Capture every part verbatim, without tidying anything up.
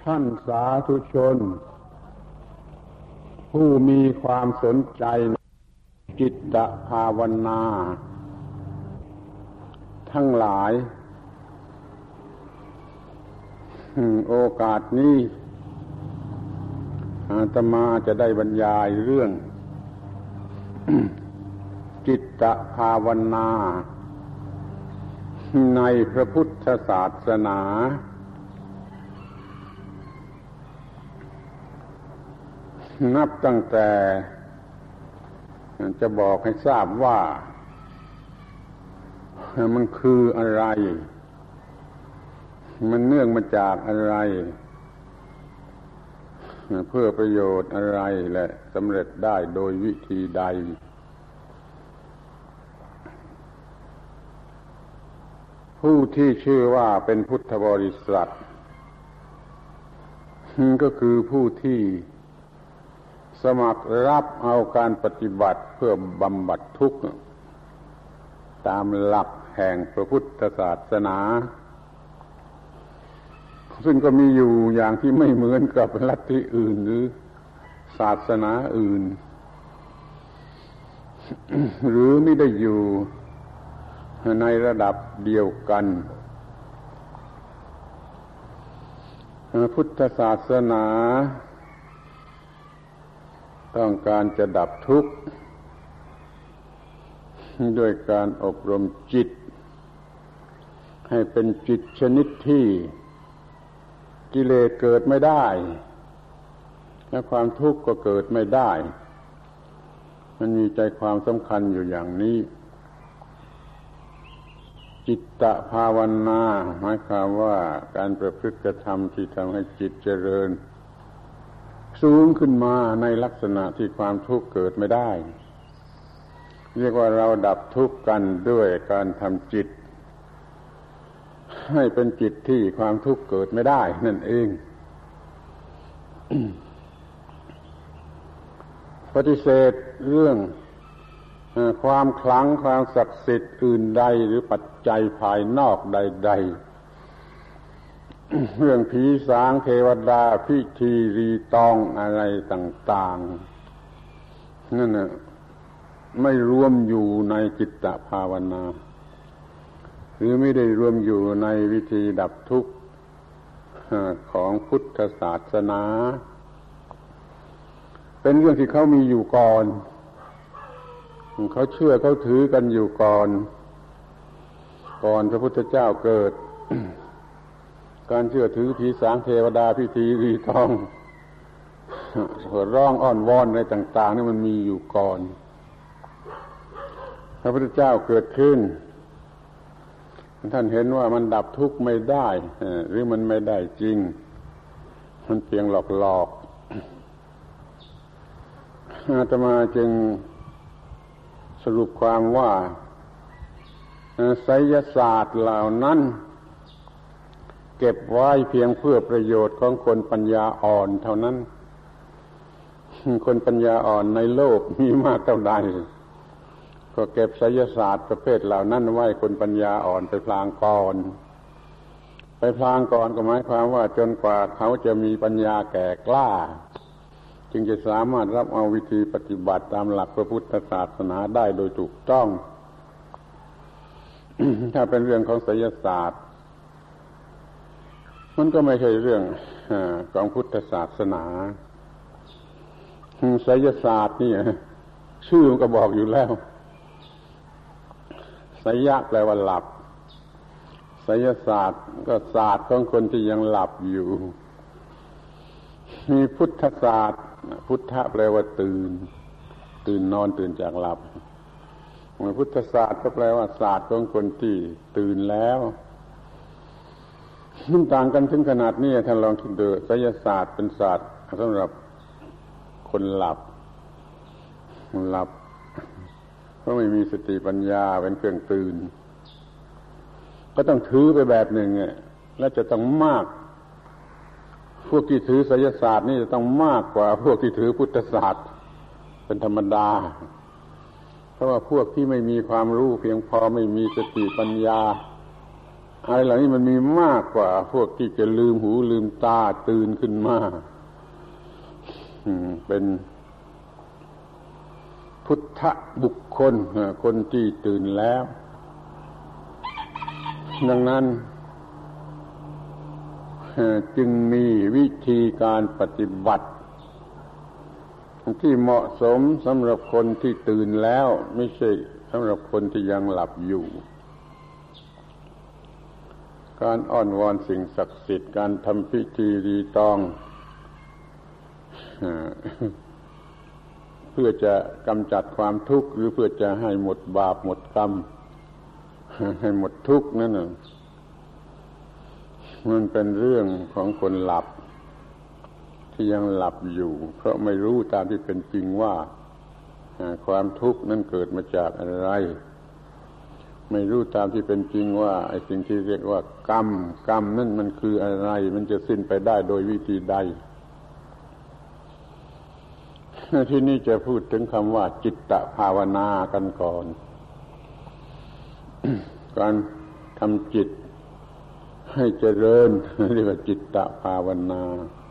ท่านสาธุชนผู้มีความสนใจในจิตตภาวนาทั้งหลายโอกาสนี้อาตมาจะได้บรรยายเรื่อง จิตตภาวนาในพระพุทธศาสนานับตั้งแต่จะบอกให้ทราบว่ามันคืออะไรมันเนื่องมาจากอะไรเพื่อประโยชน์อะไรและสำเร็จได้โดยวิธีใดผู้ที่ชื่อว่าเป็นพุทธบริษัทก็คือผู้ที่สมัครรับเอาการปฏิบัติเพื่อบำบัดทุกข์ตามหลักแห่งพระพุทธศาสนาซึ่งก็มีอยู่อย่างที่ไม่เหมือนกับลัทธิอื่นหรือศาสนาอื่น หรือไม่ได้อยู่ในระดับเดียวกันพุทธศาสนาต้องการจะดับทุกข์ด้วยการอบรมจิตให้เป็นจิตชนิดที่กิเลสเกิดไม่ได้และความทุกข์ก็เกิดไม่ได้มันมีใจความสำคัญอยู่อย่างนี้จิตตภาวนาหมายความว่าการประพฤติกระทำที่ทำให้จิตเจริญสูงขึ้นมาในลักษณะที่ความทุกข์เกิดไม่ได้เรียกว่าเราดับทุกข์กันด้วยการทำจิตให้เป็นจิตที่ความทุกข์เกิดไม่ได้นั่นเอง ปฏิเสธเรื่องความขลังความศักดิ์สิทธิ์อื่นใดหรือปัจจัยภายนอกใดๆ เรื่องผีสางเทวดาพิธีรีตองอะไรต่างๆนั่นน่ะไม่รวมอยู่ในจิตตภาวนาหรือไม่ได้รวมอยู่ในวิธีดับทุกข์ของพุทธศาสนาเป็นเรื่องที่เขามีอยู่ก่อนเขาเชื่อเขาถือกันอยู่ก่อนก่อนพระพุทธเจ้าเกิด การเชื่อถือผีสางเทวดาพิธีรีตองหัวร้องอ้อนวอนอะไรต่างๆนี่มันมีอยู่ก่อนพระพุทธเจ้าเกิดขึ้นท่านเห็นว่ามันดับทุกข์ไม่ได้หรือมันไม่ได้จริงมันเพียงหลอกๆอาตมาจึงสรุปความว่าไสยศาสตร์เหล่านั้นเก็บไว้เพียงเพื่อประโยชน์ของคนปัญญาอ่อนเท่านั้นคนปัญญาอ่อนในโลกมีมากเท่าใดก็เก็บไสยศาสตร์ประเภทเหล่านั้นไว้คนปัญญาอ่อนไปพลางก่อนไปพลางก่อนก็หมายความว่าจนกว่าเขาจะมีปัญญาแก่กล้าจึงจะสามารถรับเอาวิธีปฏิบัติตามหลักพระพุทธศาสนาได้โดยถูกต้อง ถ้าเป็นเรื่องของไสยศาสตร์มันก็ไม่ใช่เรื่องของพุทธศาสนาไสยศาสตร์นี่ชื่อมันก็บอกอยู่แล้วไสยะแปลว่าหลับไสยศาสตร์ก็ศาสตร์ของคนที่ยังหลับอยู่มีพุทธศาสตร์พุทธะแปลว่าตื่นตื่นนอนตื่นจากหลับพุทธศาสตร์ก็แปลว่าศาสตร์ของคนที่ตื่นแล้วมันต่างกันถึงขนาดนี้ท่านลองคิดดูไสยศาสตร์เป็นศาสตร์สำหรับคนหลับหลับเพราะไม่มีสติปัญญาเป็นเครื่องตื่นก็ต้องถือไปแบบหนึ่งและจะต้องมากพวกที่ถือไสยศาสตร์นี่จะต้องมากกว่าพวกที่ถือพุทธศาสตร์เป็นธรรมดาเพราะว่าพวกที่ไม่มีความรู้เพียงพอไม่มีสติปัญญาอะไรเหล่านี้มันมีมากกว่าพวกที่จะลืมหูลืมตาตื่นขึ้นมาเป็นพุทธบุคคลคนที่ตื่นแล้วดังนั้นจึงมีวิธีการปฏิบัติที่เหมาะสมสำหรับคนที่ตื่นแล้วไม่ใช่สำหรับคนที่ยังหลับอยู่การอ้อนวอนสิ่งศักดิ์สิทธิ์การทำพิธีรีตองเพื่อจะกำจัดความทุกข์หรือเพื่อจะให้หมดบาปหมดกรรมให้หมดทุกข์นั่นน่ะมันเป็นเรื่องของคนหลับที่ยังหลับอยู่เพราะไม่รู้ตามที่เป็นจริงว่าความทุกข์นั้นเกิดมาจากอะไรไม่รู้ตามที่เป็นจริงว่าไอ้สิ่งที่เรียกว่ากรรมกรรมนั่นมันคืออะไรมันจะสิ้นไปได้โดยวิธีใดที่นี่จะพูดถึงคำว่าจิตตภาวนากันก่อน การทำจิตให้เจริญเรียกว่าจิตตภาวนา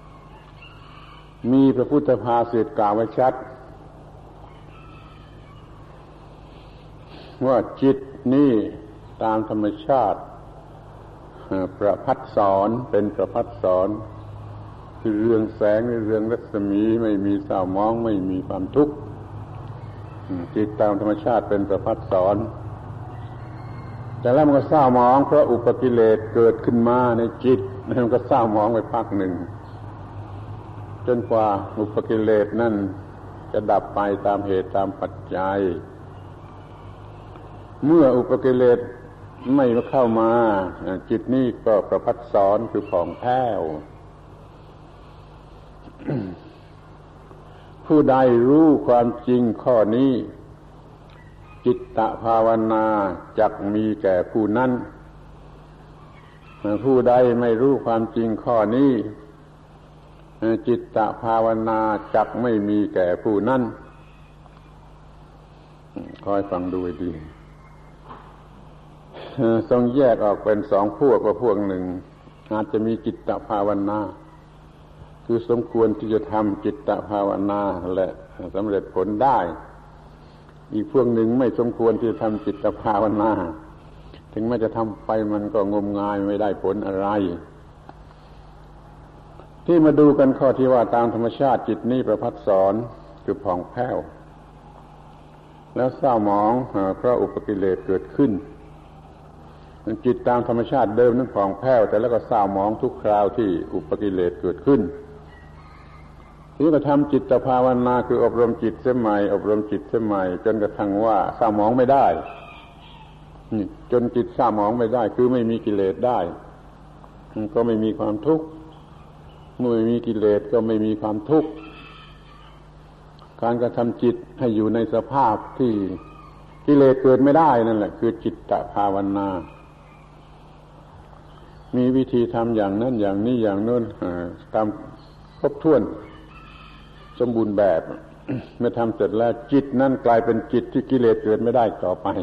มีพระพุทธภาษิตกล่าวไว้ชัดว่าจิตนี่ตามธรรมชาติประพัดสอนเป็นประพัดสอนคือเรืองแสงเรืองรัศมีไม่มีเศร้าหมองไม่มีความทุกข์จิตตามธรรมชาติเป็นประพัดสอนแต่แล้วมันก็เศร้าหมองเพราะอุปกิเลสเกิดขึ้นมาในจิตมันก็เศร้าหมองไปพักหนึ่งจนกว่าอุปกิเลสนั่นจะดับไปตามเหตุตามปัจจัยเมื่ออุปกิเลสไม่เข้ามาจิตนี้ก็ประพัดสอนคือผ่องแผ้ว ผู้ใดรู้ความจริงข้อนี้จิตตภาวนาจักมีแก่ผู้นั้นผู้ใดไม่รู้ความจริงข้อนี้จิตตภาวนาจักไม่มีแก่ผู้นั้นคอยฟังดูให้ดีทรงแยกออกเป็นสองพวกว่าพวกหนึ่งอาจจะมีจิตตภาวนาคือสมควรที่จะทำจิตตภาวนาและสำเร็จผลได้อีกพวกหนึ่งไม่สมควรที่จะทำจิตภาวนาถึงแม้จะทำไปมันก็งมงายไม่ได้ผลอะไรที่มาดูกันข้อที่ว่าตามธรรมชาติจิตนี้ประพัดสอนคือผ่องแผ้วแล้วเศร้าหมองเพราะอุปกิเลสเกิดขึ้นจิตตามธรรมชาติเดิมนั้นผ่องแผ้วแต่แล้วก็เศร้าหมองทุกคราวที่อุปกิเลสเกิดขึ้นที่ก็ทำจิตภาวนาคืออบรมจิตเสียใหม่อบรมจิตเสียใหม่จนกระทั่งว่าเศร้าหมองไม่ได้จนจิตเศร้าหมองไม่ได้คือไม่มีกิเลสได้ก็ไม่มีความทุกข์เมื่อไม่มีกิเลสก็ไม่มีความทุกข์การกระทำจิตให้อยู่ในสภาพที่กิเลสเกิดไม่ได้นั่นแหละคือจิตตภาวนามีวิธีทำอย่างนั้นอย่างนี้อย่างโน้นตามครบถ้วนสมบูรณ์แบบเมื่อทำเสร็จแล้วจิตนั่นกลายเป็นจิตที่กิเลสเกิดไม่ได้ต่อไป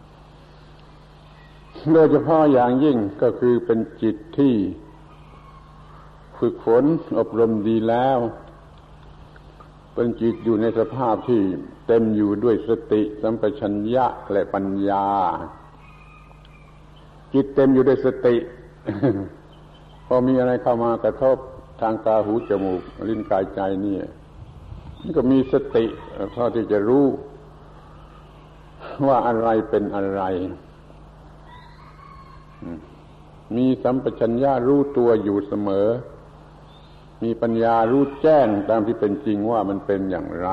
โดยเฉพาะอย่างยิ่งก็คือเป็นจิตที่ฝึกฝนอบรมดีแล้วเป็นจิตอยู่ในสภาพที่เต็มอยู่ด้วยสติสัมปชัญญะและปัญญาจิตเต็มอยู่ด้วยสติ พอมีอะไรเข้ามากระทบทางตาหูจมูกลิ้นกายใจนี่มันก็มีสติพอที่จะรู้ว่าอะไรเป็นอะไรมีสัมปชัญญะรู้ตัวอยู่เสมอมีปัญญารู้แจ้งตามที่เป็นจริงว่ามันเป็นอย่างไร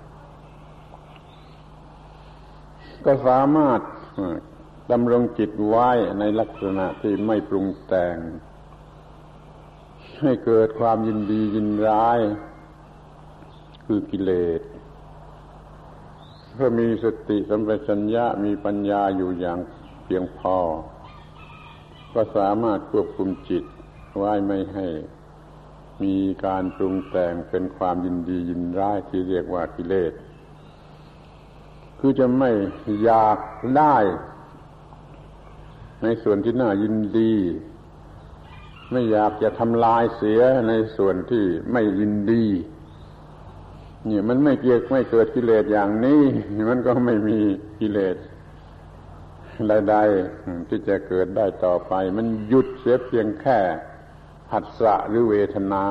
ก็สามารถดำรงจิตไว้ในลักษณะที่ไม่ปรุงแต่งให้เกิดความยินดียินร้ายคือกิเลสเพื่อมีสติสัมปชัญญะมีปัญญาอยู่อย่างเพียงพอก็สามารถควบคุมจิตไว้ไม่ให้มีการปรุงแต่งเป็นความยินดียินร้ายที่เรียกว่ากิเลสคือจะไม่อยากได้ในส่วนที่น่ายินดีไม่อยากจะทำลายเสียในส่วนที่ไม่ยินดีนี่มันไม่เกิดไม่เกิดกิเลสอย่างนี้มันก็ไม่มีกิเลสใดๆที่จะเกิดได้ต่อไปมันหยุดเสียเพียงแค่ผัสสะหรือเวทนา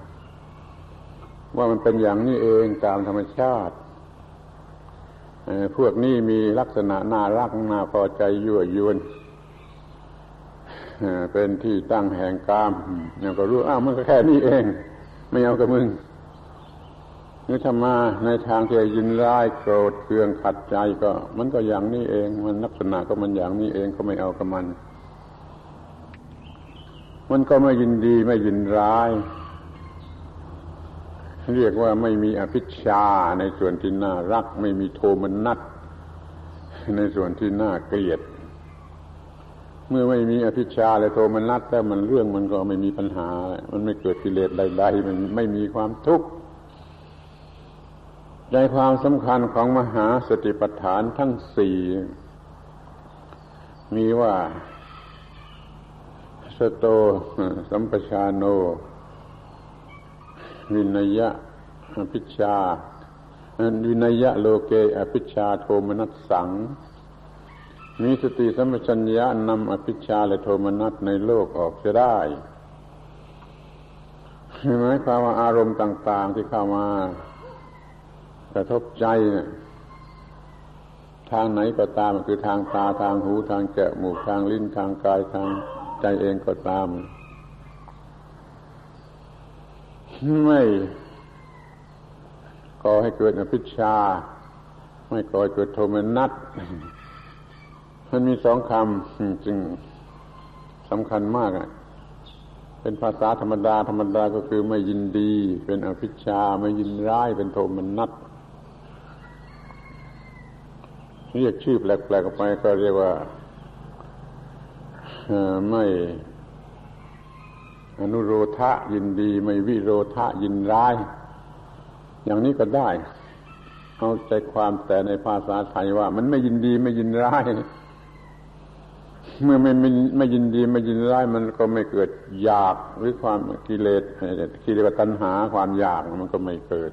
ว่ามันเป็นอย่างนี้เองตามธรรมชาติพวกนี้มีลักษณะน่ารักน่าพอใจยั่วยวนเป็นที่ตั้งแห่งกามเนี่ยก็รู้อ้าวมันก็แค่นี้เองไม่เอากับมึงนี่ถ้ามาในทางที่ยินร้ายโกรธเคืองขัดใจก็มันก็อย่างนี้เองมันลักษณะก็มันอย่างนี้เองก็ไม่เอากับมันมันก็ไม่ยินดีไม่ยินร้ายเรียกว่าไม่มีอภิชฌาในส่วนที่น่ารักไม่มีโทมนัสในส่วนที่น่าเกลียดเมื่อไม่มีอภิชฌาและโทมนัสแล้วมันเรื่องมันก็ไม่มีปัญหามันไม่เกิดกิเลสใดๆมันไม่มีความทุกข์ใจความสำคัญของมหาสติปัฏฐานทั้งสี่มีว่าสโตสัมปชานโนวินัยะอภิชฌาวินัยะโลเกอภิชฌาโทมนัสสังมีสติสัมปชัญญะนำอภิชฌาและโทมนัสในโลกออกเสียได้หมายความว่าอารมณ์ต่างๆที่เข้ามากระทบใจเนี่ยทางไหนก็ตามคือทางตาทางหูทางจมูกทางลิ้นทางกายทางใจเองก็ตามไม่ก่อให้เกิดอภิชฌาไม่ก่อให้เกิดโทมนัสมันมีสองคำจึงสำคัญมากอ่ะเป็นภาษาธรรมดาธรรมดาก็คือไม่ยินดีเป็นอภิชฌาไม่ยินร้ายเป็นโทมนัสเรียกชื่อแปลกๆออกไปก็เรียกว่าไม่อนุโรธะยินดีไม่วิโรธะยินร้ายอย่างนี้ก็ได้เอาใจความแต่ในภาษาไทยว่ามันไม่ยินดีไม่ยินร้ายเมื่อไม่ไม่ยินดีไม่ยินร้ายมันก็ไม่เกิดอยากหรือความกิเลสที่เรียกว่าตัณหาความอยากมันก็ไม่เกิด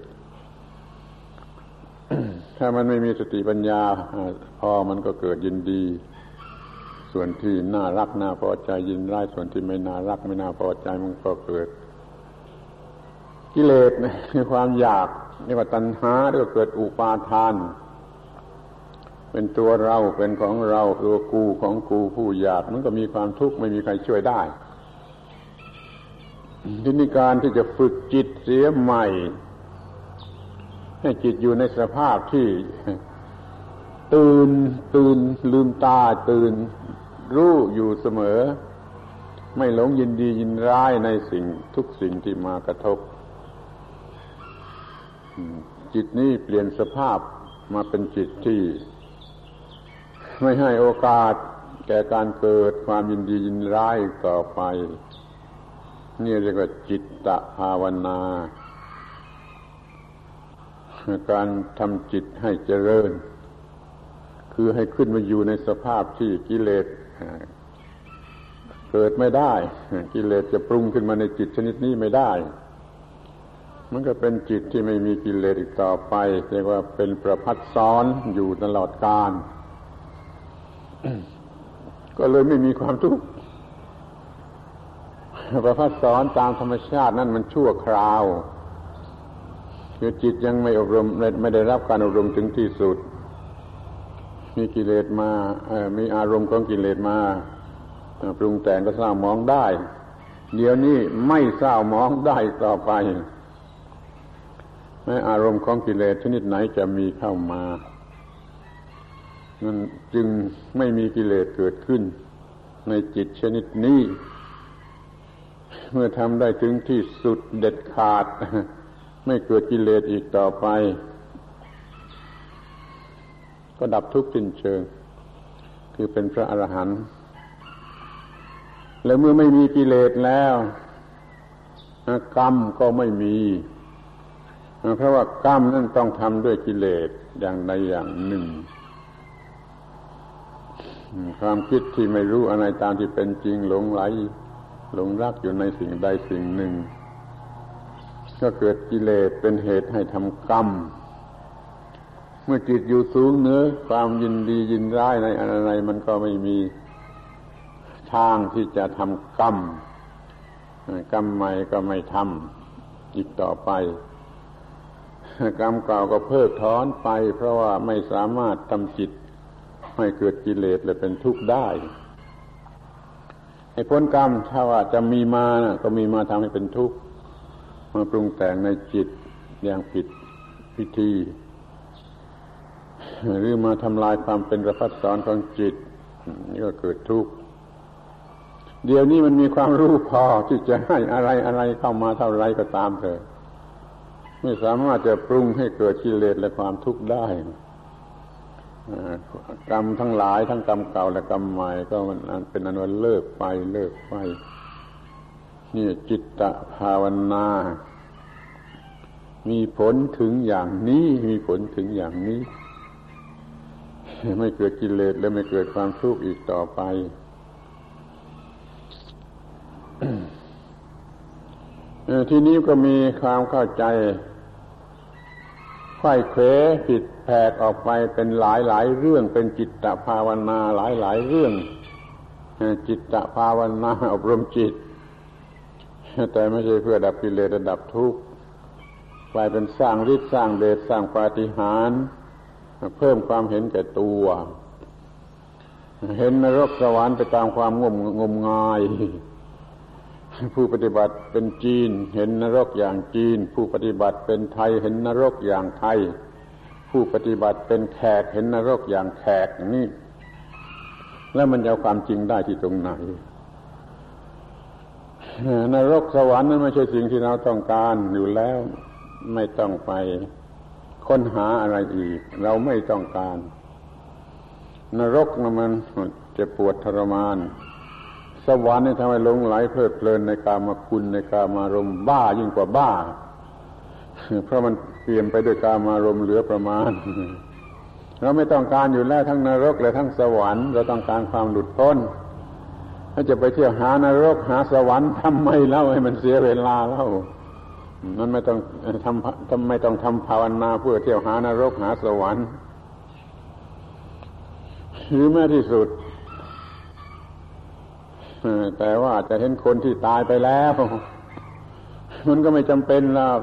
ถ้ามันไม่มีสติปัญญาพอมันก็เกิดยินดีส่วนที่น่ารักน่าพอใจยินร้ายส่วนที่ไม่น่ารักไม่น่าพอใจมันก็เกิดกิเลสคือความอยากเรียกว่าตัณหาเรียกว่าเกิดอุปาทานเป็นตัวเราเป็นของเราตัวกูของกูผู้อยากมันก็มีความทุกข์ไม่มีใครช่วยได้ทีนี้การที่จะฝึกจิตเสียใหม่ให้จิตอยู่ในสภาพที่ตื่นตื่นลืมตาตื่นรู้อยู่เสมอไม่หลงยินดียินร้ายในสิ่งทุกสิ่งที่มากระทบจิตนี้เปลี่ยนสภาพมาเป็นจิตที่ไม่ให้โอกาสแก่การเกิดความยินดียินร้ายต่อไปนี่เรียกว่าจิตตภาวนาการทำจิตให้เจริญคือให้ขึ้นมาอยู่ในสภาพที่กิเลสเกิดไม่ได้กิเลสจะปรุงขึ้นมาในจิตชนิดนี้ไม่ได้มันก็เป็นจิตที่ไม่มีกิเลสอีกต่อไปเรียกว่าเป็นประภัสสรอยู่ตลอดกาลก็เลยไม่มีความทุกข์ประภัสสรตามธรรมชาตินั่นมันชั่วคราวคือจิตยังไม่อบรมไม่ได้รับการอบรมถึงที่สุดมีกิเลสมามีอารมณ์ของกิเลสมาปรุงแต่งก็เศร้าหมองได้เดี๋ยวนี้ไม่เศร้าหมองได้ต่อไปแม้อารมณ์ของกิเลสชนิดไหนจะมีเข้ามามันจึงไม่มีกิเลสเกิดขึ้นในจิตชนิดนี้เมื่อทำได้ถึงที่สุดเด็ดขาดไม่เกิดกิเลสอีกต่อไปก็ดับทุกข์สิ้นเชิงคือเป็นพระอรหันต์แล้วเมื่อไม่มีกิเลสแล้วกรรมก็ไม่มีเพราะว่ากรรมนั่นต้องทำด้วยกิเลสอย่างใดอย่างหนึ่งความคิดที่ไม่รู้อะไรตามที่เป็นจริงหลงไหลหลงรักอยู่ในสิ่งใดสิ่งหนึ่งก็เกิดกิเลสเป็นเหตุให้ทำกรรมเมื่อจิตอยู่สูงเหนือความยินดียินร้ายในอะไรมันก็ไม่มีทางที่จะทำกรรมกรรมใหม่ก็ไม่ทำอีกต่อไปกรรมเก่าก็เพิกถอนไปเพราะว่าไม่สามารถทำจิตให้เกิดกิเลสและเป็นทุกข์ได้ไอ้ผลกรรมถ้าว่าจะมีมานะก็มีมาทำให้เป็นทุกข์มาปรุงแต่งในจิตอย่างผิดวิธีหรือมาทำลายความเป็นประภัสสรของจิตนี่ก็เกิดทุกข์เดี๋ยวนี้มันมีความรู้พอที่จะให้อะไรอะไรเข้ามาเท่าไรก็ตามเถอะไม่สามารถจะปรุงให้เกิดกิเลสและความทุกข์ได้กรรมทั้งหลายทั้งกรรมเก่าและกรรมใหม่ก็มันเป็นอันว่าเลิกไปเลิกไปนี่จิตตภาวนามีผลถึงอย่างนี้มีผลถึงอย่างนี้ไม่เกิดกิเลสและไม่เกิดความทุกข์อีกต่อไปทีนี้ก็มีความเข้าใจไขว้เขวผิดแผกออกไปเป็นหลายหลายเรื่องเป็นจิตตภาวนาหลายหลายเรื่องจิตตภาวนาอบรมจิตแต่ไม่ใช่เพื่อดับกิเลสดับทุกข์กลายเป็นสร้างฤทธิ์สร้างเดชสร้างปาฏิหาริย์เพิ่มความเห็นแก่ตัวเห็นนรกสวรรค์ไปตามความงมงมงายผู้ปฏิบัติเป็นจีนเห็นนรกอย่างจีนผู้ปฏิบัติเป็นไทยเห็นนรกอย่างไทยผู้ปฏิบัติเป็นแขกเห็นนรกอย่างแขกนี่แล้วมันจะเอาความจริงได้ที่ตรงไหนนรกสวรรค์นั้นไม่ใช่สิ่งที่เราต้องการอยู่แล้วไม่ต้องไปค้นหาอะไรอีกเราไม่ต้องการนรกนะมันเจ็บปวดทรมานสวรรค์นี่ทำให้หลงไหลเพลิดเพลินในกามคุณในกามารมณ์บ้ายิ่งกว่าบ้าเพราะมันเปลี่ยนไปด้วยกามารมณ์เหลือประมาณเราไม่ต้องการอยู่แล้วทั้งนรกและทั้งสวรรค์เราต้องการความหลุดพ้นถ้าจะไปเที่ยวหานรกหาสวรรค์ทำไมเล่าให้มันเสียเวลาเล่ามันไม่ต้องทำทำไม่ต้องทำภาวนาเพื่อเที่ยวหานรกหาสวรรค์หรือแม้ที่สุดแต่ว่าจะเห็นคนที่ตายไปแล้วมันก็ไม่จำเป็นแล้ว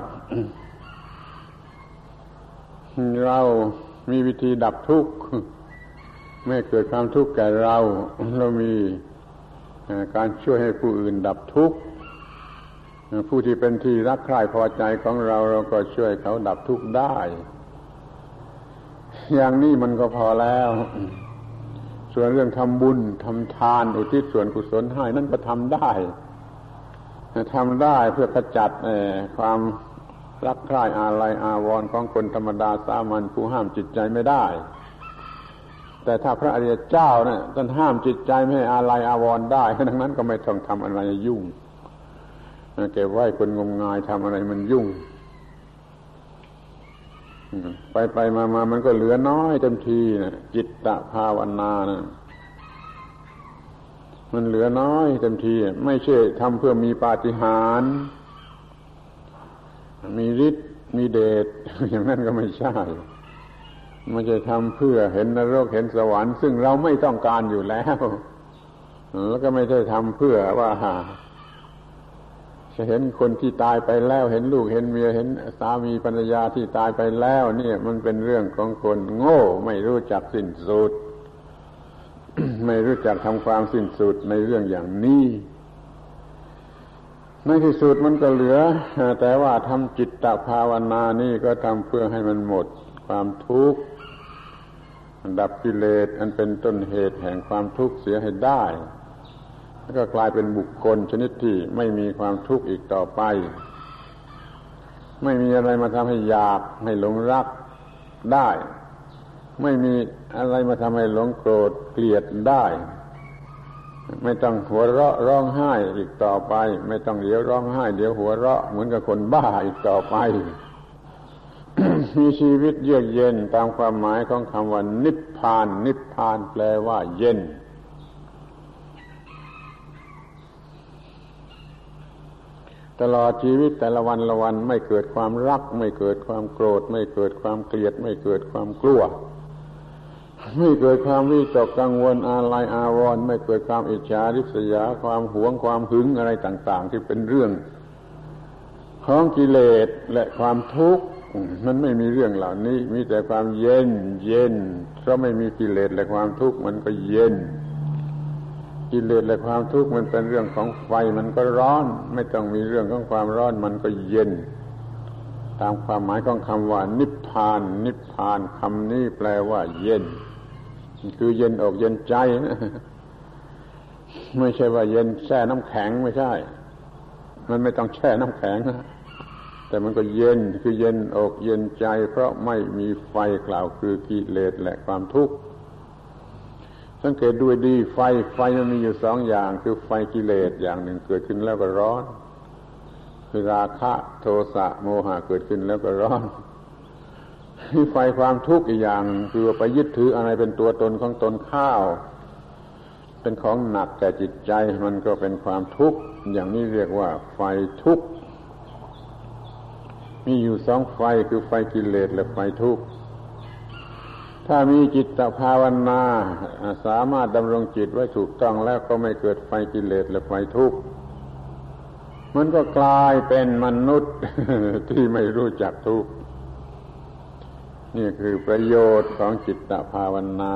เรามีวิธีดับทุกข์ไม่เกิดความทุกข์แก่เราเรามีการช่วยให้ผู้อื่นดับทุกข์ผู้ที่เป็นที่รักใคร่พอใจของเราเราก็ช่วยเขาดับทุกข์ได้อย่างนี้มันก็พอแล้วส่วนเรื่องทำบุญทำทานอุทิศส่วนกุศลให้นั่นก็ทำได้ทำได้เพื่อขจัดความรักใคร่อาลัยอาวรณ์ของคนธรรมดาสามัญผู้ห้ามจิตใจไม่ได้แต่ถ้าพระอริยเจ้าเนี่ยท่านห้ามจิตใจไม่ให้อาลัยอาวรณ์ได้ดังนั้นก็ไม่ต้องทำอะไรยุ่งเก็บไว้คนงมงายทำอะไรมันยุ่งไปไปมามามันก็เหลือน้อยเต็มทีนะจิตตภาวนานะมันเหลือน้อยเต็มทีไม่ใช่ทำเพื่อมีปาฏิหาริย์มีฤทธิ์มีเดชอย่างนั้นก็ไม่ใช่ไม่ใช่ทำเพื่อเห็นนรกเห็นสวรรค์ซึ่งเราไม่ต้องการอยู่แล้วแล้วก็ไม่ใช่ทำเพื่อว่าจะเห็นคนที่ตายไปแล้วเห็นลูกเห็นเมียเห็นสามีภรรยาที่ตายไปแล้วเนี่ยมันเป็นเรื่องของคนโง่ไม่รู้จักสิ้นสุด ไม่รู้จักทำความสิ้นสุดในเรื่องอย่างนี้ในที่สุดมันก็เหลือแต่ว่าทำจิตตภาวนานี่ก็ทำเพื่อให้มันหมดความทุกข์ดับกิเลสอันเป็นต้นเหตุแห่งความทุกข์เสียให้ได้แล้วก็กลายเป็นบุคคลชนิดที่ไม่มีความทุกข์อีกต่อไปไม่มีอะไรมาทำให้อยากให้หลงรักได้ไม่มีอะไรมาทำให้หลงโกรธเกลียดได้ไม่ต้องหัวเราะร้องไห้อีกต่อไปไม่ต้องเดี๋ยวร้องไห้เดี๋ยวหัวเราะเหมือนกับคนบ้าอีกต่อไป มีชีวิตเยือกเย็นตามความหมายของคำว่านิพพานนิพพานแปลว่าเย็นตลอดชีวิตแต่ละวันละวันไม่เกิดความรักไม่เกิดความโกรธไม่เกิดความเกลียดไม่เกิดความกลัวไม่เกิดความวิตกกังวลอาลัยอาวรณ์ไม่เกิดความอิจฉาริษยาความหวงความหึงอะไรต่างๆที่เป็นเรื่องของกิเลสและความทุกข์มันไม่มีเรื่องเหล่านี้มีแต่ความเย็นเย็นเพราะไม่มีกิเลสและความทุกข์มันก็เย็นกิเลสและความทุกข์มันเป็นเรื่องของไฟมันก็ร้อนไม่ต้องมีเรื่องของความร้อนมันก็เย็นตามความหมายของคำว่านิพพานนิพพานคำนี้แปลว่าเย็นคือเย็นอกเย็นใจนะไม่ใช่ว่าเย็นแช่น้ำแข็งไม่ใช่มันไม่ต้องแช่น้ำแข็งนะแต่มันก็เย็นคือเย็นอกเย็นใจเพราะไม่มีไฟกล่าวคือกิเลสและความทุกข์สังเกตด้วยดีไฟไฟมันมีอยู่สองอย่างคือไฟกิเลสอย่างหนึ่งเกิดขึ้นแล้วก็ร้อนคือราคะโทสะโมหะเกิดขึ้นแล้วก็ร้อนมีไฟความทุกข์อีกอย่างคือไปยึดถืออะไรเป็นตัวตนของตนข้าวเป็นของหนักแก่จิตใจมันก็เป็นความทุกข์อย่างนี้เรียกว่าไฟทุกข์มีอยู่สองไฟคือไฟกิเลสและไฟทุกข์ถ้ามีจิตภาวนาสามารถดำรงจิตไว้ถูกต้องแล้วก็ไม่เกิดไฟกิเลสและไฟทุกข์มันก็กลายเป็นมนุษย์ที่ไม่รู้จักทุกข์นี่คือประโยชน์ของจิตภาวนา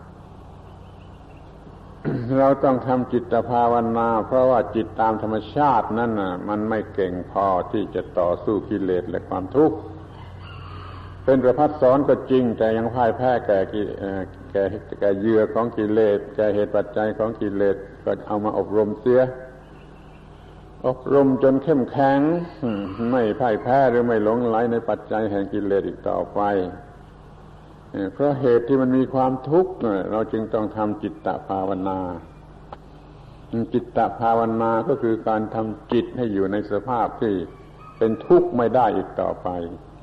เราต้องทำจิตภาวนาเพราะว่าจิตตามธรรมชาตินั้นน่ะมันไม่เก่งพอที่จะต่อสู้กิเลสและความทุกข์เป็นประภัสสรก็จริงแต่ยังพ่ายแพ้แก่แก่แก่เหยื่อของกิเลสแก่เหตุปัจจัยของกิเลสก็เอามาอบรมเสียอบรมจนเข้มแข็งไม่พ่ายแพ้หรือไม่หลงไหลในปัจจัยแห่งกิเลสอีกต่อไปเพราะเหตุที่มันมีความทุกข์เราจึงต้องทำจิตตภาวนาจิตตภาวนาก็คือการทำจิตให้อยู่ในสภาพที่เป็นทุกข์ไม่ได้อีกต่อไป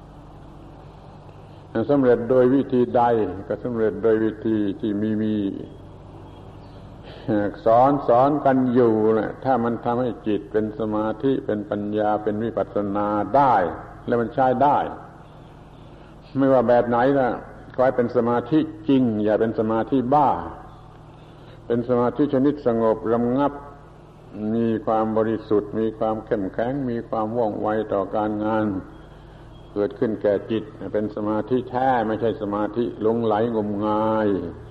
สำเร็จโดยวิธีใดก็สำเร็จโดยวิธีที่มีมีสอนสอนกันอยู่นะถ้ามันทำให้จิตเป็นสมาธิเป็นปัญญาเป็นวิปัสสนาได้แล้วมันใช้ได้ไม่ว่าแบบไหนนะขอให้เป็นสมาธิจริงอย่าเป็นสมาธิบ้าเป็นสมาธิชนิดสงบระงับมีความบริสุทธิ์มีความเข้มแข็งมีความว่องไวต่อการงานเกิดขึ้นแก่จิตเป็นสมาธิแท้ไม่ใช่สมาธิหลงไหลงมงาย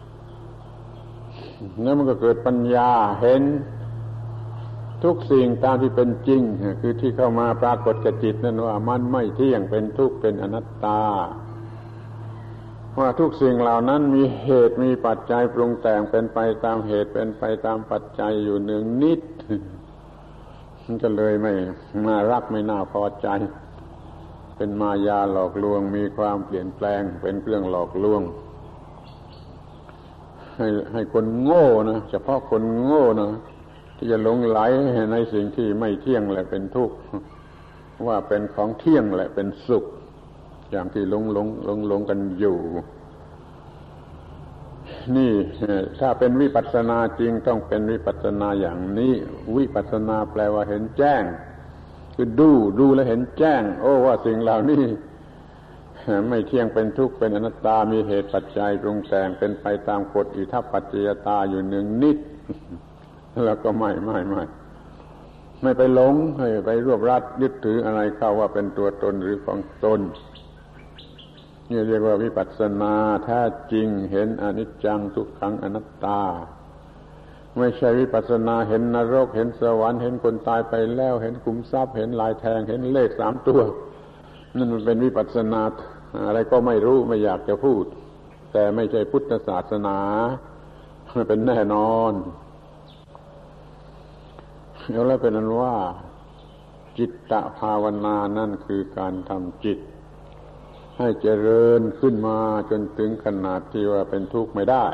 แล้วมันก็เกิดปัญญาเห็นทุกสิ่งตามที่เป็นจริงคือที่เข้ามาปรากฏแก่จิตนั่นว่ามันไม่เที่ยงเป็นทุกข์เป็นอนัตตาว่าทุกสิ่งเหล่านั้นมีเหตุมีปัจจัยปรุงแต่งเป็นไปตามเหตุเป็นไปตามปัจจัยอยู่เนืองนิดมันก็เลยไม่น่ารักไม่น่าพอใจเป็นมายาหลอกลวงมีความเปลี่ยนแปลงเป็นเครื่องหลอกลวงให้ให้คนโง่นะเฉพาะคนโง่นะที่จะหลงไหลในสิ่งที่ไม่เที่ยงและเป็นทุกข์ว่าเป็นของเที่ยงและเป็นสุขอย่างที่หลงหลงหลงหลงกันอยู่นี่ถ้าเป็นวิปัสสนาจริงต้องเป็นวิปัสสนาอย่างนี้วิปัสสนาแปลว่าเห็นแจ้งคือดูดูแล้วเห็นแจ้งโอ้ว่าสิ่งเหล่านี้ไม่เที่ยงเป็นทุกข์เป็นอนัตตามีเหตุปัจจัยปรุงแต่งเป็นไปตามกฎอิทัปปัจจยตาอยู่เนืองนิดแล้วก็ไม่ไม่ไม่ไม่ไปหลงให้ไปรวบรัดยึดถืออะไรเข้าว่าเป็นตัวตนหรือของตนนี่เรียกว่าวิปัสสนาแท้จริงเห็นอนิจจังทุกขังอนัตตาไม่ใช่วิปัสสนาเห็นนรกเห็นสวรรค์เห็นคนตายไปแล้วเห็นขุมทรัพย์เห็นลายแทงเห็นเลขสามตัวนั่นมันเป็นวิปัสสนาอะไรก็ไม่รู้ไม่อยากจะพูดแต่ไม่ใช่พุทธศาสนาเป็นแน่นอนแล้วเป็นนั้นว่าจิตตภาวนานั่นคือการทำจิตให้เจริญขึ้นมาจนถึงขนาดที่ว่าเป็นทุกข์ไม่ได้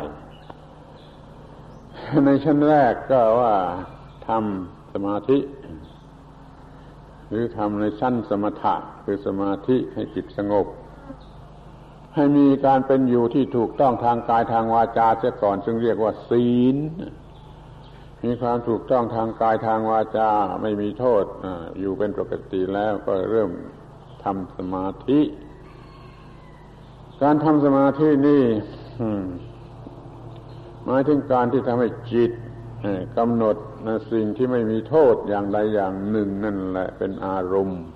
ในชั้นแรกก็ว่าทำสมาธิหรือทำในชั้นสมถะคือสมาธิให้จิตสงบให้มีการเป็นอยู่ที่ถูกต้องทางกายทางวาจาเสียก่อนซึ่งเรียกว่าศีลมีความถูกต้องทางกายทางวาจาไม่มีโทษอยู่เป็นปกติแล้วก็เริ่มทำสมาธิการทำสมาธินี่หมายถึงการที่ทำให้จิตกำหนดสิ่งที่ไม่มีโทษอย่างใดอย่างหนึ่งนั่นแหละเป็นอารมณ์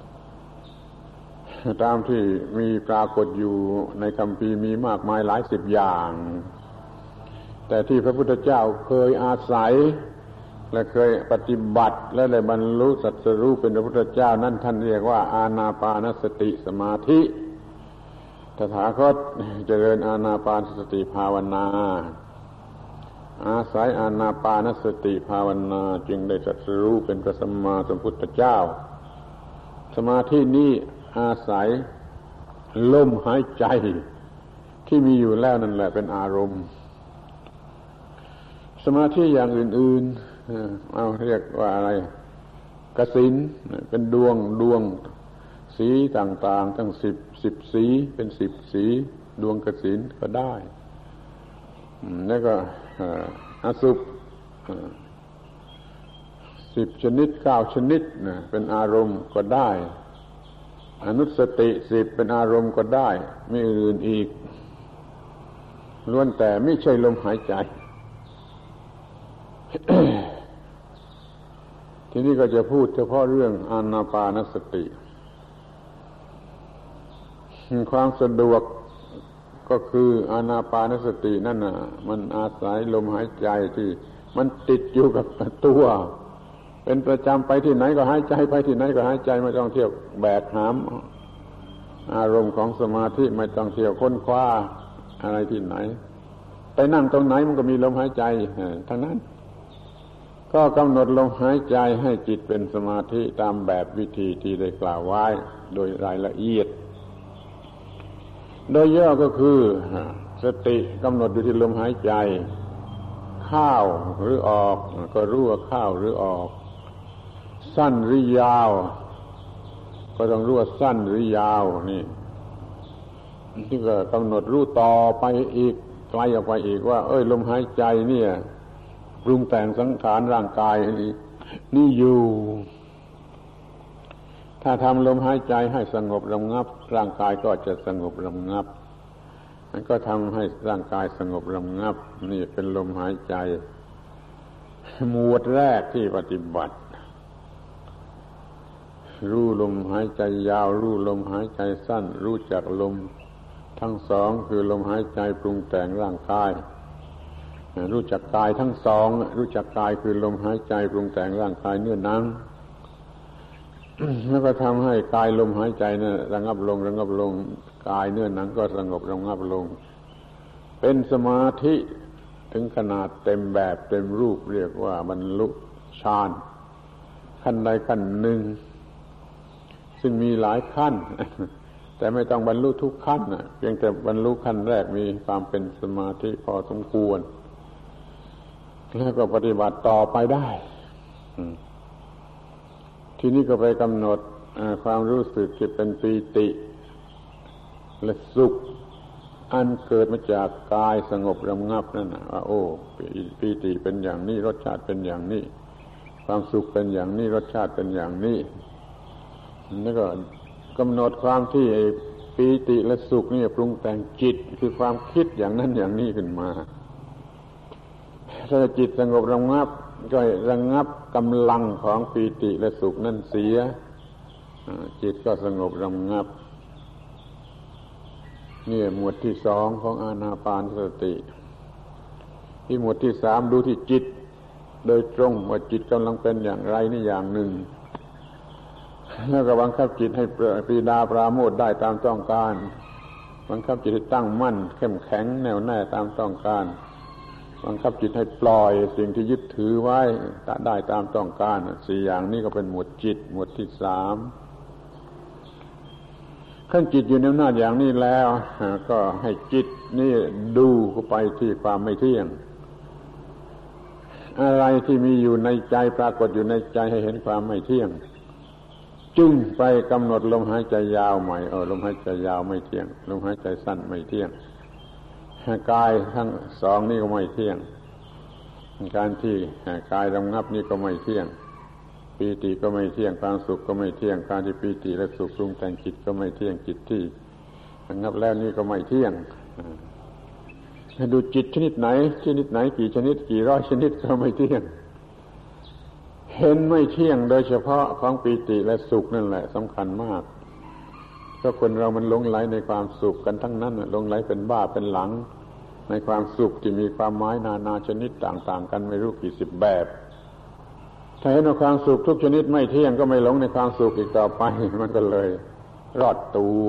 ตามที่มีปรากฏอยู่ในคัมภีร์มีมากมายหลายสิบอย่างแต่ที่พระพุทธเจ้าเคยอาศัยและเคยปฏิบัติและได้บรรลุสัจรู้เป็นพระพุทธเจ้านั่นท่านเรียกว่าอานาปานสติสมาธิตถาคตเจริญอานาปานสติภาวนาอาศัยอานาปานสติภาวนาจึงได้ตรัสรู้เป็นพระสัมมาสัมพุทธเจ้าสมาธินี้อาศัยลมหายใจที่มีอยู่แล้วนั่นแหละเป็นอารมณ์สมาธิอย่างอื่นๆเอาเรียกว่าอะไรกสิณเป็นดวงดวงสีต่างๆทั้งสิบสิบสีเป็นสิบสีดวงกสิณก็ได้แล้วก็อสุภสิบชนิดเก้าชนิดเป็นอารมณ์ก็ได้อนุสติสิบเป็นอารมณ์ก็ได้ไม่อื่นอีกล้วนแต่ไม่ใช่ลมหายใจ ทีนี้ก็จะพูดเฉพาะเรื่องอานาปานสติความสะดวกก็คืออานาปานสตินั่นน่ะมันอาศัยลมหายใจที่มันติดอยู่กับตัวเป็นประจำไปที่ไหนก็หายใจไปที่ไหนก็หายใจไม่ต้องเที่ยวแบกหามอารมณ์ของสมาธิไม่ต้องเที่ยวค้นคว้าอะไรที่ไหนไปนั่งตรงไหนมันก็มีลมหายใจทั้งนั้นก็กำหนดลมหายใจให้จิตเป็นสมาธิตามแบบวิธีที่ได้กล่าวไว้โดยรายละเอียดโดยย่อก็คือสติกำหนดอยู่ที่ลมหายใจเข้าหรือออกก็รู้ว่าเข้าหรือออกสั้นหรือยาวก็ต้องรู้ว่าสั้นหรือยาวนี่ที่ก็กำหนดรู้ต่อไปอีกไกลออกไปอีกว่าเอ้ยลมหายใจเนี่ยปรุงแต่งสังขารร่างกายนี่นี่อยู่ถ้าทำลมหายใจให้สงบระงับร่างกายก็จะสงบระงับมันก็ทำให้ร่างกายสงบระงับนี่เป็นลมหายใจหมวดแรกที่ปฏิบัติรู้ลมหายใจยาวรู้ลมหายใจสั้นรู้จักลมทั้งสองคือลมหายใจปรุงแต่งร่างกายรู้จักกายทั้งสองรู้จักกายคือลมหายใจปรุงแต่งร่างกายเนื้อหนังแล้วก็ทำให้กายลมหายใจนั้นระงับลงระงับลงกายเนื้อหนังก็สงบระงับลงเป็นสมาธิถึงขนาดเต็มแบบเต็มรูปเรียกว่าบรรลุฌานขั้นใดขั้นหนึ่งซึ่งมีหลายขั้นแต่ไม่ต้องบรรลุทุกขั้นนะเพียงแต่บรรลุขั้นแรกมีความเป็นสมาธิพอสมควรแล้วก็ปฏิบัติต่อไปได้ทีนี้ก็ไปกำหนดความรู้สึกที่เป็นปีติและสุขอันเกิดมาจากกายสงบระงับนั่นนะว่าโอ้ปีติเป็นอย่างนี้รสชาติเป็นอย่างนี้ความสุขเป็นอย่างนี้รสชาติเป็นอย่างนี้แล้วก็กำหนดความที่ปีติและสุขนี่ปรุงแต่งจิตคือความคิดอย่างนั้นอย่างนี้ขึ้นมาถ้าจิตสงบระงับก็ระงับกำลังของปีติและสุขนั่นเสียจิตก็สงบระงับนี่หมวดที่สองของอานาปานสติที่หมวดที่สามดูที่จิตโดยตรงว่าจิตกำลังเป็นอย่างไรนี่อย่างหนึ่งแล้วก็บังคับจิตให้ปรีดาปราโมทย์ได้ตามต้องการบังคับจิตให้ตั้งมั่นเข้มแข็งแน่วแน่ตามต้องการบังคับจิตให้ปล่อยสิ่งที่ยึดถือไว้ได้ตามต้องการสี่อย่างนี้ก็เป็นหมวดจิตหมวดที่สามขั้นจิตอยู่ในอำนาจอย่างนี้แล้วก็ให้จิตนี่ดูเข้าไปที่ความไม่เที่ยงอะไรที่มีอยู่ในใจปรากฏอยู่ในใจให้เห็นความไม่เที่ยงจึงไปกำหนดลมหายใจยาวใหม่เออลมหายใจยาวไม่เที่ยงลมหายใจสั้นไม่เที่ยงกายทั้งสองนี่ก็ไม่เที่ยงการที่กายระงับนี่ก็ไม่เที่ยงปีติก็ไม่เที่ยงความสุขก็ไม่เที่ยงการที่ปีติและสุขปรุงแต่งจิตก็ไม่เที่ยงจิตที่ระงับแล้วนี่ก็ไม่เที่ยงให้ดูจิตชนิดไหนชนิดไหนกี่ชนิดกี่ร้อยชนิดก็ไม่เที่ยงเห็นไม่เที่ยงโดยเฉพาะของปีติและสุขนั่นแหละสำคัญมากเพราะคนเรามันหลงไหลในความสุขกันทั้งนั้นหลงไหลเป็นบ้าเป็นหลังในความสุขที่มีความหมายนานาชนิดต่างๆกันไม่รู้กี่สิบแบบถ้าเห็นว่าความสุขทุกชนิดไม่เที่ยงก็ไม่หลงในความสุขอีกต่อไปมันก็เลยรอดตัว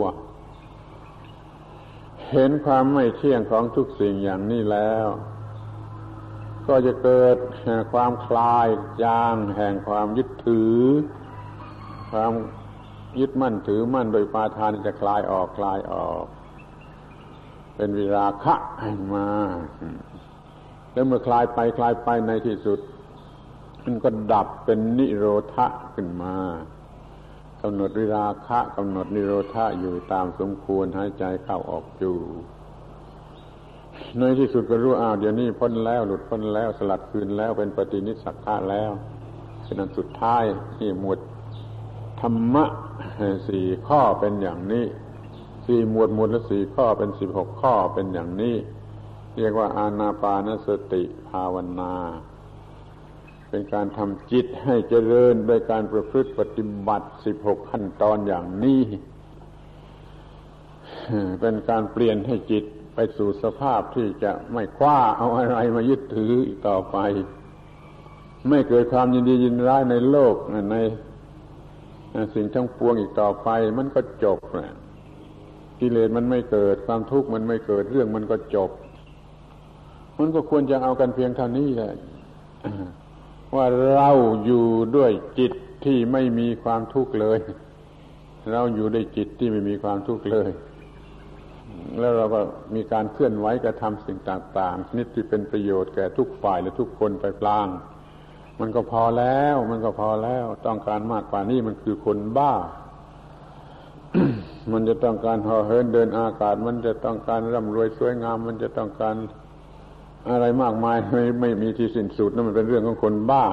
เห็นความไม่เที่ยงของทุกสิ่งอย่างนี้แล้วก็จะเกิดความคลายจางแห่งความยึดถือความยึดมั่นถือมั่นโดยปาทานจะคลายออกคลายออกเป็นวิราคะมาแล้วเมื่อคลายไปคลายไปในที่สุดมันก็ดับเป็นนิโรธะขึ้นมากำหนดวิราคะกำหนดนิโรธะอยู่ตามสมควรหายใจเข้าออกอยู่ในที่สุดก็รู้อ้าวเดี๋ยวนี้พ้นแล้วหลุดพ้นแล้วสลัดคืนแล้วเป็นปฏินิสสักขะแล้วเป็นอันสุดท้ายที่หมวดธรรมะสี่ข้อเป็นอย่างนี้สี่หมวดหมวดละสี่ข้อเป็นสิบหกข้อเป็นอย่างนี้เรียกว่าอานาปานสติภาวนาเป็นการทำจิตให้เจริญด้วยการประพฤติปฏิบัติสิบหกขั้นตอนอย่างนี้เป็นการเปลี่ยนให้จิตไปสู่สภาพที่จะไม่คว้าเอาอะไรมายึดถืออีกต่อไปไม่เกิดความยินดียินร้ายในโลกในสิ่งทั้งปวงอีกต่อไปมันก็จบกิเลสมันไม่เกิดความทุกข์มันไม่เกิดเรื่องมันก็จบมันก็ควรจะเอากันเพียงเท่านี้แหละว่าเราอยู่ด้วยจิตที่ไม่มีความทุกข์เลยเราอยู่ด้วยจิตที่ไม่มีความทุกข์เลยแล้วเราก็มีการเคลื่อนไหวกระทำสิ่งต่างๆชนิดที่เป็นประโยชน์แก่ทุกฝ่ายและทุกคนไปพลางมันก็พอแล้วมันก็พอแล้วต้องการมากกว่านี้มันคือคนบ้า มันจะต้องการห่อเหินเดินอากาศมันจะต้องการร่ำรวยสวยงามมันจะต้องการอะไรมากมายไม่ไม่มีที่สิ้นสุดนั่นมันเป็นเรื่องของคนบ้า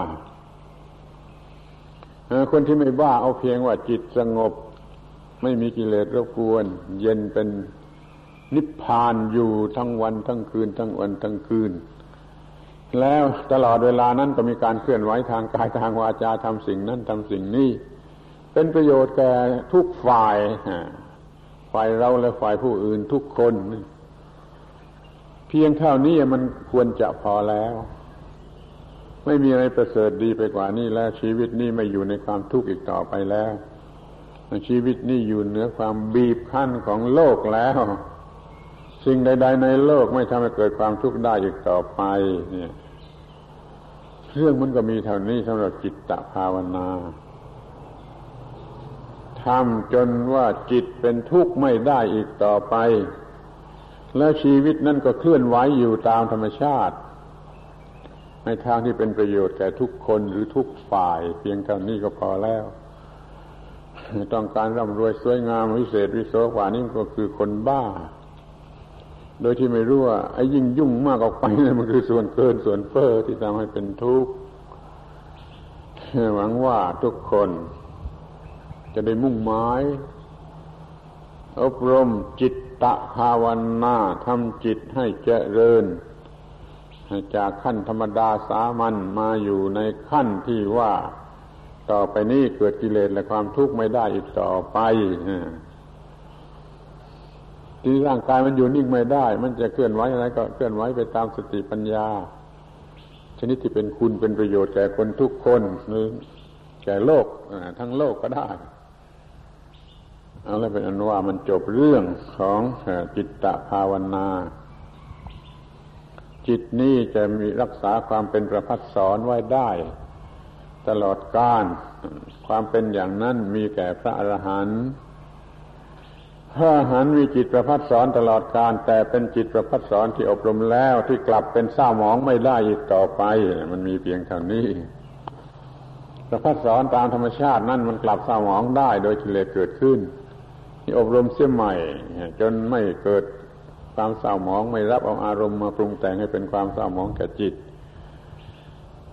คนที่ไม่บ้าเอาเพียงว่าจิตสงบไม่มีกิเลสรบกวนเย็นเป็นนิพพานอยู่ทั้งวันทั้งคืนทั้งวันทั้งคืนแล้วตลอดเวลานั้นก็มีการเคลื่อนไหวทางกายทางวาจาทำสิ่งนั้นทำสิ่งนี้เป็นประโยชน์แก่ทุกฝ่ายฝ่ายเราและฝ่ายผู้อื่นทุกคนเพียงเท่านี้มันควรจะพอแล้วไม่มีอะไรประเสริฐดีไปกว่านี้แล้วชีวิตนี้ไม่อยู่ในความทุกข์อีกต่อไปแล้วชีวิตนี้อยู่เหนือความบีบคั้นของโลกแล้วสิ่งใดๆในโลกไม่ทำให้เกิดความทุกข์ได้อีกต่อไปเนี่ยเรื่องมันก็มีเท่านี้สำหรับจิตตภาวนาทำจนว่าจิตเป็นทุกข์ไม่ได้อีกต่อไปแล้วชีวิตนั้นก็เคลื่อนไหวอยู่ตามธรรมชาติในทางที่เป็นประโยชน์แก่ทุกคนหรือทุกฝ่ายเพียงเท่านี้ก็พอแล้วต้องการร่ำรวยสวยงามวิเศษวิโสกว่านี้ก็คือคนบ้าโดยที่ไม่รู้ว่าไอ้ยิ่งยุ่งมากออกไปนั่นมันคือส่วนเกินส่วนเฟ้อที่ทำให้เป็นทุกข์หวังว่าทุกคนจะได้มุ่งหมายอบรมจิตตภาวนาทำจิตให้เจริญจากขั้นธรรมดาสามัญมาอยู่ในขั้นที่ว่าต่อไปนี้เกิดกิเลสและความทุกข์ไม่ได้อีกต่อไปที่ร่างกายมันอยู่นิ่งไม่ได้มันจะเคลื่อนไหวอะไรก็เคลื่อนไหวไปตามสติปัญญาชนิดที่เป็นคุณเป็นประโยชน์แก่คนทุกคนหรือแก่โลกทั้งโลกก็ได้เอาแล้วเป็นอันว่ามันจบเรื่องของจิตตภาวนาจิตนี้จะมีรักษาความเป็นประภัสสรไว้ได้ตลอดกาลความเป็นอย่างนั้นมีแก่พระอรหันต์พระอรหันต์มีจิตประภัสสรตลอดกาลแต่เป็นจิตประภัสสรที่อบรมแล้วที่กลับเป็นเศร้าหมองไม่ได้อีกต่อไปมันมีเพียงเท่านี้ประภัสสรตามธรรมชาตินั่นมันกลับเศร้าหมองได้โดยกิเลสเกิดขึ้นที่อบรมเสียใหม่จนไม่เกิดความเศร้าหมองไม่รับเอาอารมณ์มาปรุงแต่งให้เป็นความเศร้าหมองแก่จิต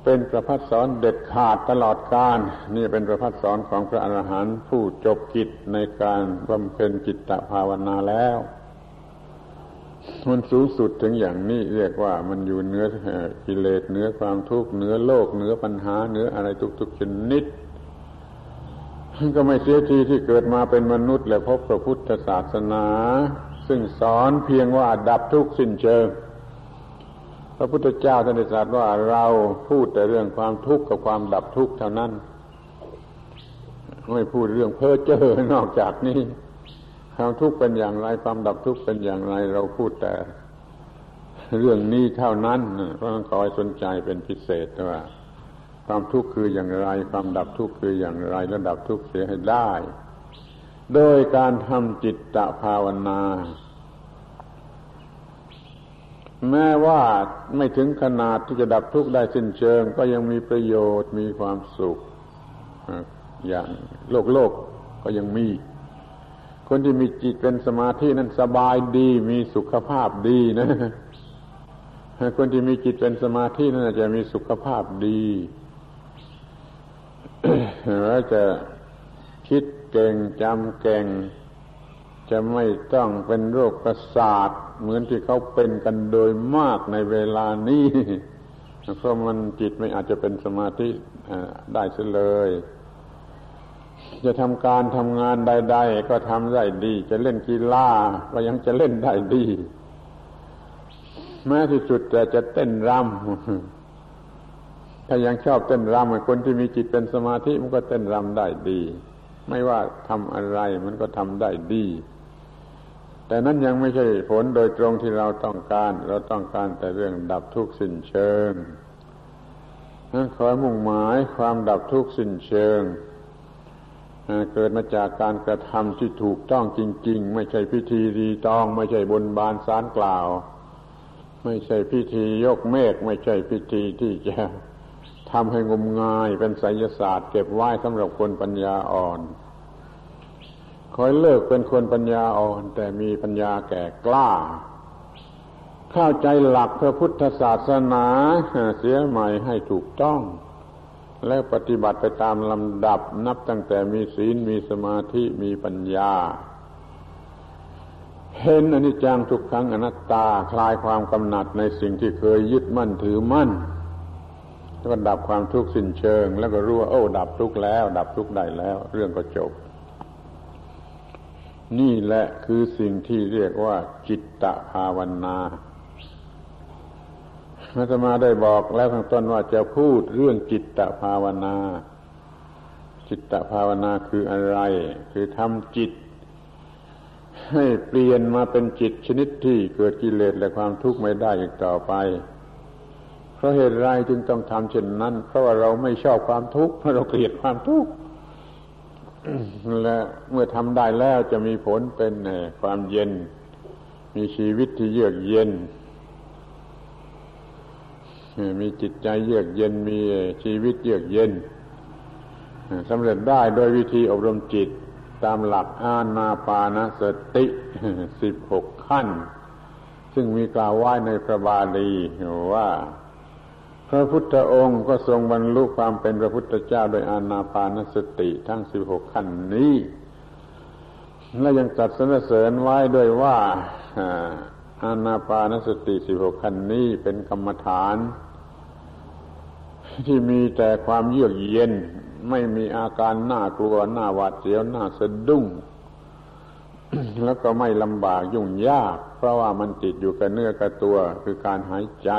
เป็นประภัสสรเด็ดขาดตลอดกาลนี่เป็นประภัสสรของพระอรหันต์ผู้จบกิจในการบำเพ็ญจิตตภาวนาแล้วมันสูงสุดถึงอย่างนี้เรียกว่ามันอยู่เหนือกิเลสเหนือความทุกข์เหนือโลกเหนือปัญหาเหนืออะไรทุกๆชนิดก็ไม่เสียทีที่เกิดมาเป็นมนุษย์และพบพระพุทธศาสนาซึ่งสอนเพียงว่าดับทุกข์สิ้นเชิงพระพุทธเจ้าท่านได้ตรัสว่าเราพูดแต่เรื่องความทุกข์กับความดับทุกข์เท่านั้นไม่พูดเรื่องเพ้อเจ้อนอกจากนี้ความทุกข์เป็นอย่างไรความดับทุกข์เป็นอย่างไรเราพูดแต่เรื่องนี้เท่านั้นเพราะต้องคอยสนใจเป็นพิเศษว่าความทุกข์คืออย่างไรความดับทุกข์คืออย่างไรและดับทุกข์เสียให้ได้โดยการทำจิตตภาวนาแม้ว่าไม่ถึงขนาดที่จะดับทุกข์ได้สิ้นเชิงก็ยังมีประโยชน์มีความสุขอย่างโลกโลกก็ยังมีคนที่มีจิตเป็นสมาธินั้นสบายดีมีสุขภาพดีนะคนที่มีจิตเป็นสมาธินั้นจะมีสุขภาพดีแล้วจะคิดเก่งจำเก่งจะไม่ต้องเป็นโรคประสาทเหมือนที่เขาเป็นกันโดยมากในเวลานี้เพราะมันจิตไม่อาจจะเป็นสมาธิได้เสียเลยจะทำการทำงานใดๆก็ทำได้ดีจะเล่นกีฬาก็ยังจะเล่นได้ดีแม้ที่สุดแต่จะเต้นรำถ้ายังชอบเต้นรำคนที่มีจิตเป็นสมาธิมันก็เต้นรำได้ดีไม่ว่าทำอะไรมันก็ทำได้ดีแต่นั้นยังไม่ใช่ผลโดยตรงที่เราต้องการเราต้องการแต่เรื่องดับทุกข์สิ้นเชิงนั้นขอมุ่งหมายความดับทุกข์สิ้นเชิงเกิดมาจากการกระทำที่ถูกต้องจริงๆไม่ใช่พิธีรีตองไม่ใช่บนบานศาลกล่าวไม่ใช่พิธียกเมฆไม่ใช่พิธีที่จะทำให้งมงายเป็นไสยศาสตร์เก็บไว้สำหรับคนปัญญาอ่อนขอให้เลิกเป็นคนปัญญาอ่อนแต่มีปัญญาแก่กล้าเข้าใจหลักพระพุทธศาสนาเสียใหม่ให้ถูกต้องและปฏิบัติไปตามลำดับนับตั้งแต่มีศีลมีสมาธิมีปัญญาเห็นอนิจจังทุกขังอนัตตาคลายความกำหนัดในสิ่งที่เคยยึดมั่นถือมั่นแล้วก็ดับความทุกข์สิ้นเชิงแล้วก็รู้ว่าโอ้ดับทุกข์แล้วดับทุกข์ได้แล้วเรื่องก็จบนี่แหละคือสิ่งที่เรียกว่าจิตตภาวนาอาตมาได้บอกแล้วข้างต้นว่าจะพูดเรื่องจิตตภาวนาจิตตภาวนาคืออะไรคือทำจิตให้เปลี่ยนมาเป็นจิตชนิดที่เกิดกิเลสและความทุกข์ไม่ได้อีกต่อไปเพราะเหตุไรจึงต้องทำเช่นนั้นเพราะว่าเราไม่ชอบความทุกข์เพราะเราเกลียดความทุกข์และเมื่อทำได้แล้วจะมีผลเป็นความเย็นมีชีวิตที่เยือกเย็นมีจิตใจเยือกเย็นมีชีวิตเยือกเย็นสำเร็จได้โดยวิธีอบรมจิตตามหลักอานาปานสติสิบหกขั้นซึ่งมีกล่าวไว้ในพระบาลีว่าพระพุทธองค์ก็ทรงบรรลุความเป็นพระพุทธเจ้าโดยอานาปานสติทั้งสิบหกขั้นนี้และยังตรัสสรรเสริญไว้ด้วยว่าอานาปานสติสิบหกขั้นนี้เป็นกรรมฐานที่มีแต่ความเยือกเย็นไม่มีอาการน่ากลัวน่าหวาดเสียวน่าสะดุ้ง แล้วก็ไม่ลำบากยุ่งยากเพราะว่ามันติดอยู่กับเนื้อกับตัวคือการหายใจ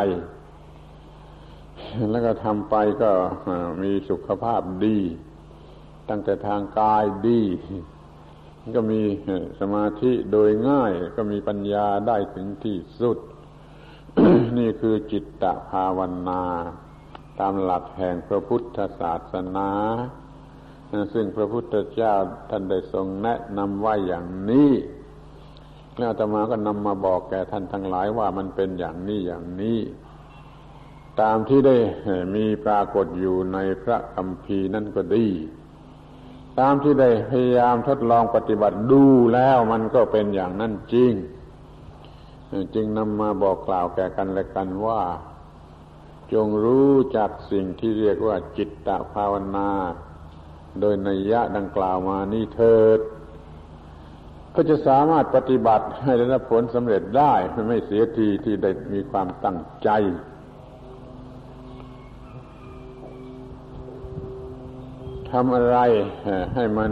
แล้วก็ทำไปก็มีสุขภาพดีตั้งแต่ทางกายดีก็มีสมาธิโดยง่ายก็มีปัญญาได้ถึงที่สุด นี่คือจิตตภาวนาตามหลักแห่งพระพุทธศาสนาซึ่งพระพุทธเจ้าท่านได้ทรงแนะนำไว้อย่างนี้แล้วอาตมาก็นำมาบอกแก่ท่านทั้งหลายว่ามันเป็นอย่างนี้อย่างนี้ตามที่ได้มีปรากฏอยู่ในพระคัมภีร์นั่นก็ดีตามที่ได้พยายามทดลองปฏิบัติดูแล้วมันก็เป็นอย่างนั้นจริงจึงนำมาบอกกล่าวแก่กันและกันว่าจงรู้จักสิ่งที่เรียกว่าจิตตภาวนาโดยนัยยะดังกล่าวมานี้เถิดก็จะสามารถปฏิบัติให้ได้รับผลสำเร็จได้ไม่เสียทีที่ได้มีความตั้งใจทำอะไรให้มัน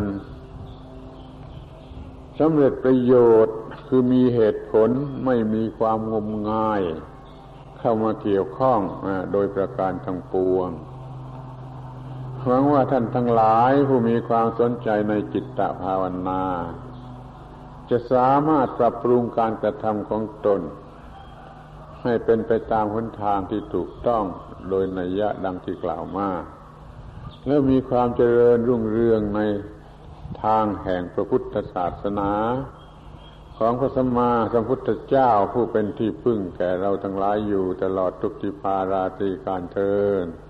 สำเร็จประโยชน์คือมีเหตุผลไม่มีความงมงายเข้ามาเกี่ยวข้องโดยประการทั้งปวงหวังว่าท่านทั้งหลายผู้มีความสนใจในจิตตภาวนาจะสามารถปรับปรุงการกระทำของตนให้เป็นไปตามหนทางที่ถูกต้องโดยนัยยะดังที่กล่าวมาแล้วมีความเจริญรุ่งเรืองในทางแห่งพระพุทธศาสนาของพระสัมมาสัมพุทธเจ้าผู้เป็นที่พึ่งแก่เราทั้งหลายอยู่ตลอดทุกทิพาราตรีการเทอญ